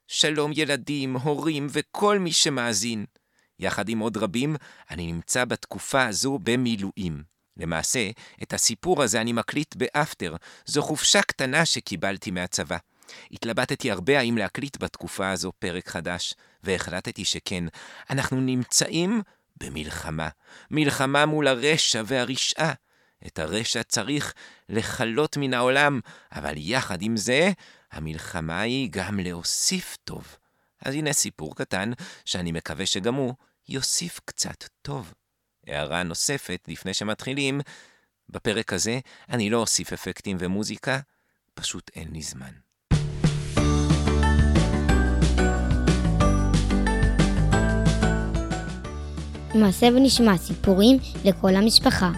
שלום ילדים, הורים וכל מי שמאזין. יחד עם עוד רבים, אני נמצא בתקופה הזו במילואים. למעשה, את הסיפור הזה אני מקליט באפטר. זו חופשה קטנה שקיבלתי מהצבא. התלבטתי הרבה האם להקליט בתקופה הזו פרק חדש, והחלטתי שכן. אנחנו נמצאים במלחמה. מלחמה מול הרשע והרשעה. את הרשע צריך לחלות מן העולם, אבל יחד עם זה, המלחמה היא גם להוסיף טוב. אז הנה סיפור קטן, שאני מקווה שגם הוא יוסיף קצת טוב. הערה נוספת, לפני שמתחילים, בפרק הזה אני לא אוסיף אפקטים ומוזיקה, פשוט אין לי זמן. מעשה ונשמע סיפורים לכל המשפחה.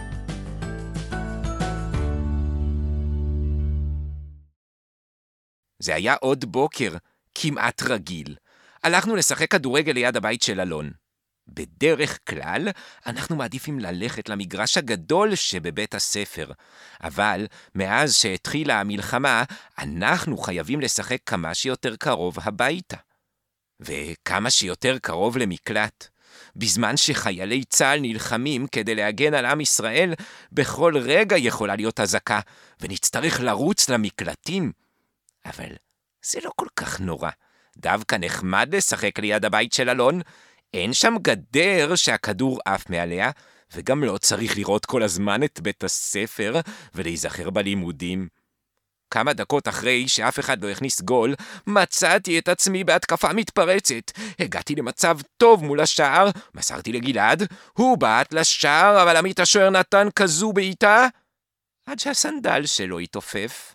זה היה עוד בוקר, כמעט רגיל. הלכנו לשחק כדורגל ליד הבית של אלון. בדרך כלל, אנחנו מעדיפים ללכת למגרש הגדול שבבית הספר. אבל, מאז שהתחילה המלחמה, אנחנו חייבים לשחק כמה שיותר קרוב הביתה. וכמה שיותר קרוב למקלט. בזמן שחיילי צה"ל נלחמים כדי להגן על עם ישראל, בכל רגע יכולה להיות אזעקה, ונצטרך לרוץ למקלטים. אבל זה לא כל כך נורא. דווקא נחמד לשחק ליד הבית של אלון. אין שם גדר שהכדור עף מעליה, וגם לא צריך לראות כל הזמן את בית הספר ולהיזכר בלימודים. כמה דקות אחרי שאף אחד לא הכניס גול, מצאתי את עצמי בהתקפה מתפרצת. הגעתי למצב טוב מול השער, מסרתי לגלעד, הוא בעט לשער, אבל עמית השוער נתן כזו בעיטה, עד שהסנדל שלו התעופף.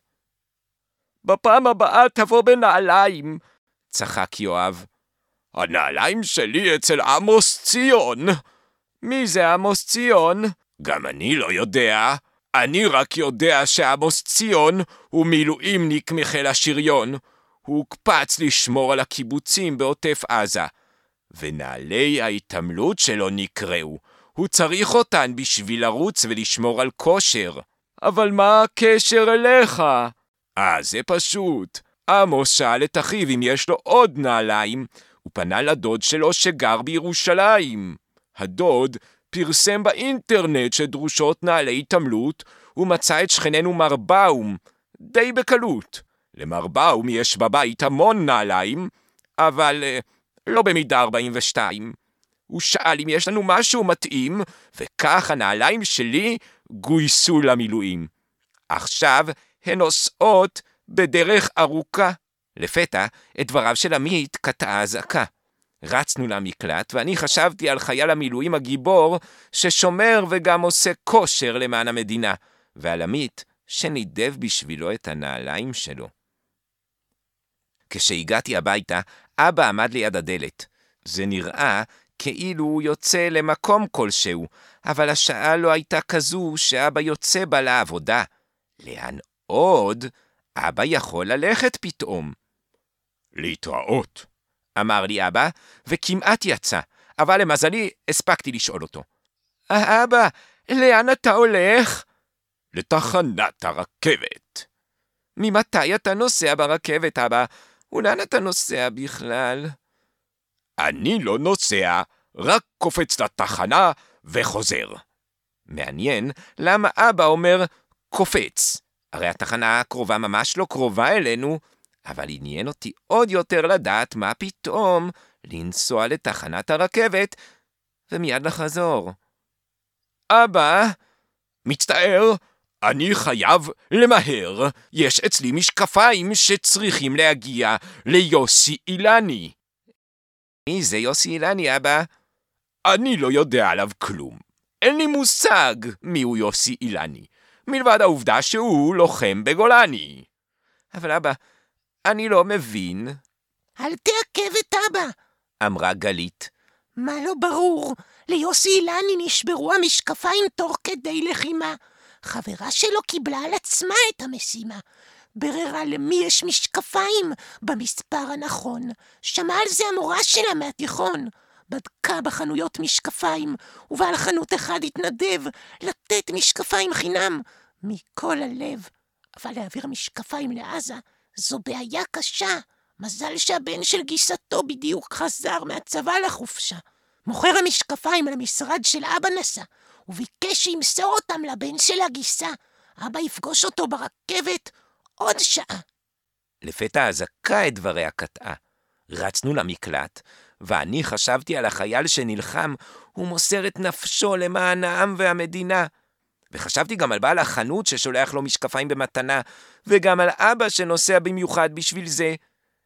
בפעם הבאה תבוא בנעליים, צחק יואב. הנעליים שלי אצל עמוס ציון. מי זה עמוס ציון? גם אני לא יודע. אני רק יודע שעמוס ציון הוא מילואימניק מחיל השריון. הוא הוקפץ לשמור על הקיבוצים בעוטף עזה. ונעלי ההתעמלות שלו נקראו. הוא צריך אותן בשביל לרוץ ולשמור על כושר. אבל מה הקשר אליך? זה פשוט. עמוס שאל את אחיו אם יש לו עוד נעליים. הוא פנה לדוד שלו שגר בירושלים. הדוד פרסם באינטרנט שדרושות נעלי התעמלות, ומצא את שכננו מר באום, די בקלות. למר באום יש בבית המון נעליים, אבל לא במידה 42. הוא שאל אם יש לנו משהו מתאים, וכך הנעליים שלי גויסו למילואים. עכשיו הן נוסעות בדרך ארוכה. לפתע, את דבריו של עמית קטעה אזעקה. רצנו למקלט, ואני חשבתי על חייל המילואים הגיבור, ששומר וגם עושה כושר למען המדינה, ועל עמית, שנידב בשבילו את הנעליים שלו. כשהגעתי הביתה, אבא עמד ליד הדלת. זה נראה כאילו הוא יוצא למקום כלשהו, אבל השעה לא הייתה כזו שאבא יוצא בה לעבודה. לאן עוד? אבא יכול ללכת פתאום. להתראות, אמר לי אבא, וכמעט יצא, אבל למזלי הספקתי לשאול אותו. אבא, לאן אתה הולך? לתחנת הרכבת. ממתי אתה נוסע ברכבת, אבא? ולאן אתה נוסע בכלל? אני לא נוסע, רק קופץ לתחנה וחוזר. מעניין למה אבא אומר קופץ. הרי התחנה הקרובה ממש לא קרובה אלינו, אבל עניין אותי עוד יותר לדעת מה פתאום לנסוע לתחנת הרכבת ומיד לחזור. אבא, מצטער, אני חייב למהר. יש אצלי משקפיים שצריכים להגיע ליוסי אילני. מי זה יוסי אילני, אבא? אני לא יודע עליו כלום. אין לי מושג מיהו יוסי אילני, מלבד העובדה שהוא לוחם בגולני. אבל אבא, אני לא מבין. אל תעכב את אבא, אמרה גלית. מה לא ברור? ליוסי אילני נשברו המשקפיים תוך כדי לחימה. חברה שלו קיבלה על עצמה את המשימה. בררה למי יש משקפיים במספר הנכון. שמעה על זה המורה שלה מהתיכון. בדקה בחנויות משקפיים, ובעל חנות אחד התנדב לתת משקפיים חינם מכל הלב. אבל להעביר משקפיים לעזה זו בעיה קשה. מזל שהבן של גיסתו בדיוק חזר מהצבא לחופשה. מוכר המשקפיים למשרד של אבא נסע, וביקש שימסור אותם לבן של הגיסה. אבא יפגוש אותו ברכבת עוד שעה. לפתע אזעקה את דבריה קטעה. רצנו למקלט, ואני חשבתי על החייל שנלחם ומוסר את נפשו למען העם והמדינה. וחשבתי גם על בעל החנות ששולח לו משקפיים במתנה, וגם על אבא שנוסע במיוחד בשביל זה.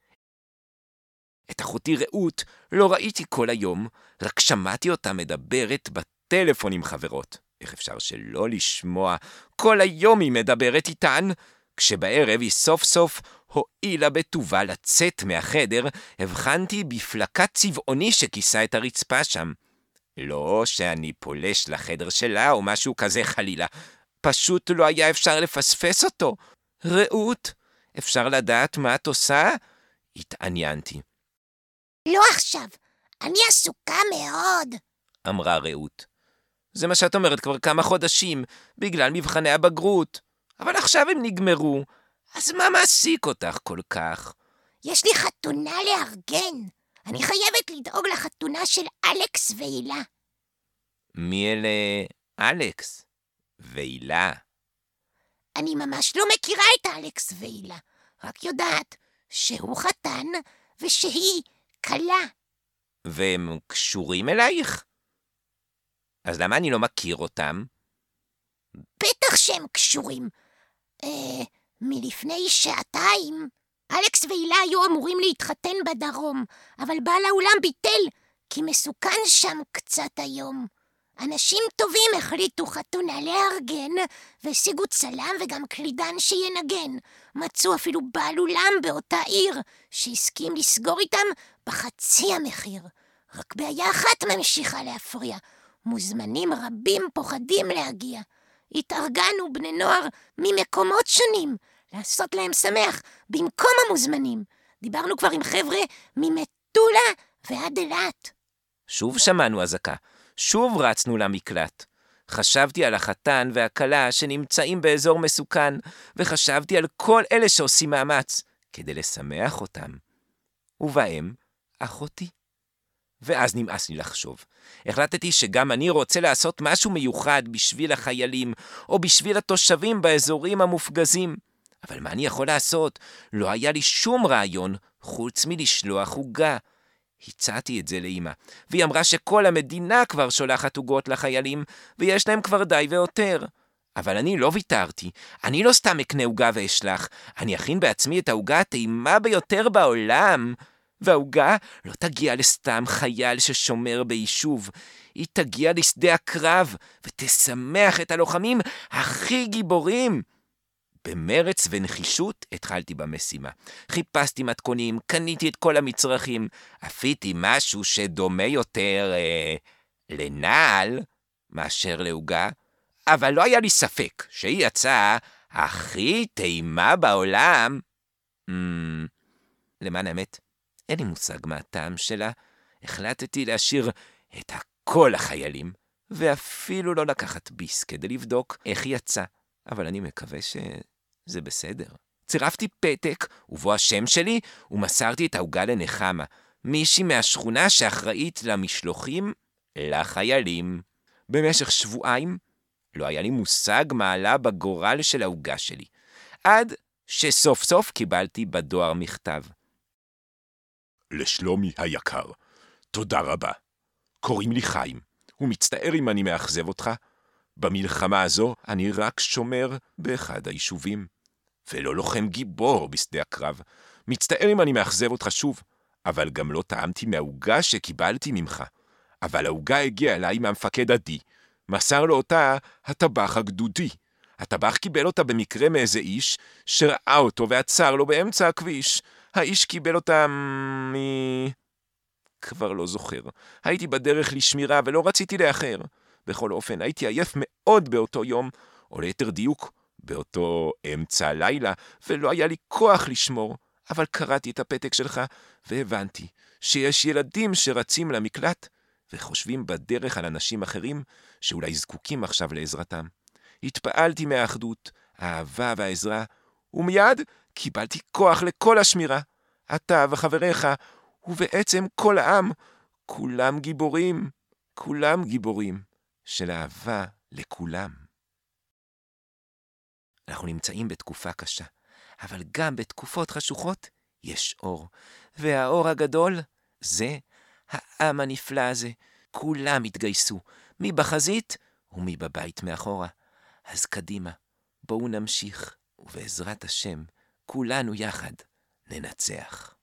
את אחותי רעות לא ראיתי כל היום, רק שמעתי אותה מדברת בטלפון עם חברות. איך אפשר שלא לשמוע? כל היום היא מדברת איתן. כשבערב היא סוף סוף הועילה בטובה לצאת מהחדר, הבחנתי בפלקת צבעוני שכיסה את הרצפה שם. לא שאני פולש לחדר שלה או משהו כזה חלילה, פשוט לא היה אפשר לפספס אותו. רעות, אפשר לדעת מה את עושה? התעניינתי. לא עכשיו, אני עסוקה מאוד, אמרה רעות. זה מה שאת אומרת כבר כמה חודשים, בגלל מבחני הבגרות. אבל עכשיו הם נגמרו, אז מה מעסיק אותך כל כך? יש לי חתונה לארגן. אני חייבת לדאוג לחתונה של אלכס והילה. מי אלה אלכס והילה? אני ממש לא מכירה את אלכס והילה, רק יודעת שהוא חתן ושהיא קלה. והם קשורים אלייך? אז למה אני לא מכיר אותם? בטח שהם קשורים. מלפני שעתיים, אלכס והילה היו אמורים להתחתן בדרום, אבל בעל האולם ביטל, כי מסוכן שם קצת היום. אנשים טובים החליטו חתונה לארגן, והשיגו צלם וגם קלידן שינגן. מצאו אפילו בעל אולם באותה עיר, שהסכים לסגור איתם בחצי המחיר. רק בעיה אחת ממשיכה להפריע. מוזמנים רבים פוחדים להגיע. התארגנו בני נוער ממקומות שונים, לעשות להם שמח במקום המוזמנים. דיברנו כבר עם חבר'ה ממטולה ועד אילת. שוב שמענו אזעקה, שוב רצנו למקלט. חשבתי על החתן והכלה שנמצאים באזור מסוכן, וחשבתי על כל אלה שעושים מאמץ כדי לשמח אותם. ובהם אחותי. ואז נמאס לי לחשוב. החלטתי שגם אני רוצה לעשות משהו מיוחד בשביל החיילים, או בשביל התושבים באזורים המופגזים. אבל מה אני יכול לעשות? לא היה לי שום רעיון חוץ מלשלוח עוגה. הצעתי את זה לאמא, והיא אמרה שכל המדינה כבר שולחת עוגות לחיילים, ויש להם כבר די ויותר. אבל אני לא ויתרתי, אני לא סתם אקנה עוגה ואשלח, אני אכין בעצמי את העוגה הטעימה ביותר בעולם. והעוגה לא תגיע לסתם חייל ששומר ביישוב, היא תגיע לשדה הקרב, ותשמח את הלוחמים הכי גיבורים. במרץ ונחישות התחלתי במשימה. חיפשתי מתכונים, קניתי את כל המצרכים, עשיתי משהו שדומה יותר לנעל מאשר לעוגה, אבל לא היה לי ספק שהיא יצאה הכי טעימה בעולם. למען האמת, אין לי מושג מה הטעם שלה. החלטתי להשאיר את הכל לחיילים, ואפילו לא לקחת ביס כדי לבדוק איך היא יצאה. אבל אני מקווה שזה בסדר. צירפתי פתק ובו השם שלי, ומסרתי את העוגה לנחמה, מישהי מהשכונה שאחראית למשלוחים לחיילים. במשך שבועיים לא היה לי מושג מה עלה בגורל של העוגה שלי, עד שסוף סוף קיבלתי בדואר מכתב. לשלומי היקר, תודה רבה. קוראים לי חיים, ומצטער אם אני מאכזב אותך. במלחמה הזו אני רק שומר באחד היישובים, ולא לוחם גיבור בשדה הקרב. מצטער אם אני מאכזב אותך שוב, אבל גם לא טעמתי מהעוגה שקיבלתי ממך. אבל העוגה הגיעה אליי מהמפקד עדי, מסר לו אותה הטבח הגדודי. הטבח קיבל אותה במקרה מאיזה איש שראה אותו ועצר לו באמצע הכביש. האיש קיבל אותה כבר לא זוכר. הייתי בדרך לשמירה ולא רציתי לאחר. בכל אופן, הייתי עייף מאוד באותו יום, או ליתר דיוק, באותו אמצע הלילה, ולא היה לי כוח לשמור. אבל קראתי את הפתק שלך, והבנתי שיש ילדים שרצים למקלט, וחושבים בדרך על אנשים אחרים שאולי זקוקים עכשיו לעזרתם. התפעלתי מהאחדות, האהבה והעזרה, ומיד קיבלתי כוח לכל השמירה. אתה וחבריך, ובעצם כל העם, כולם גיבורים, כולם גיבורים, של אהבה לכולם. אנחנו נמצאים בתקופה קשה, אבל גם בתקופות חשוכות יש אור, והאור הגדול זה העם הנפלא הזה. כולם התגייסו, מי בחזית ומי בבית מאחורה. אז קדימה, בואו נמשיך, ובעזרת השם, כולנו יחד ננצח.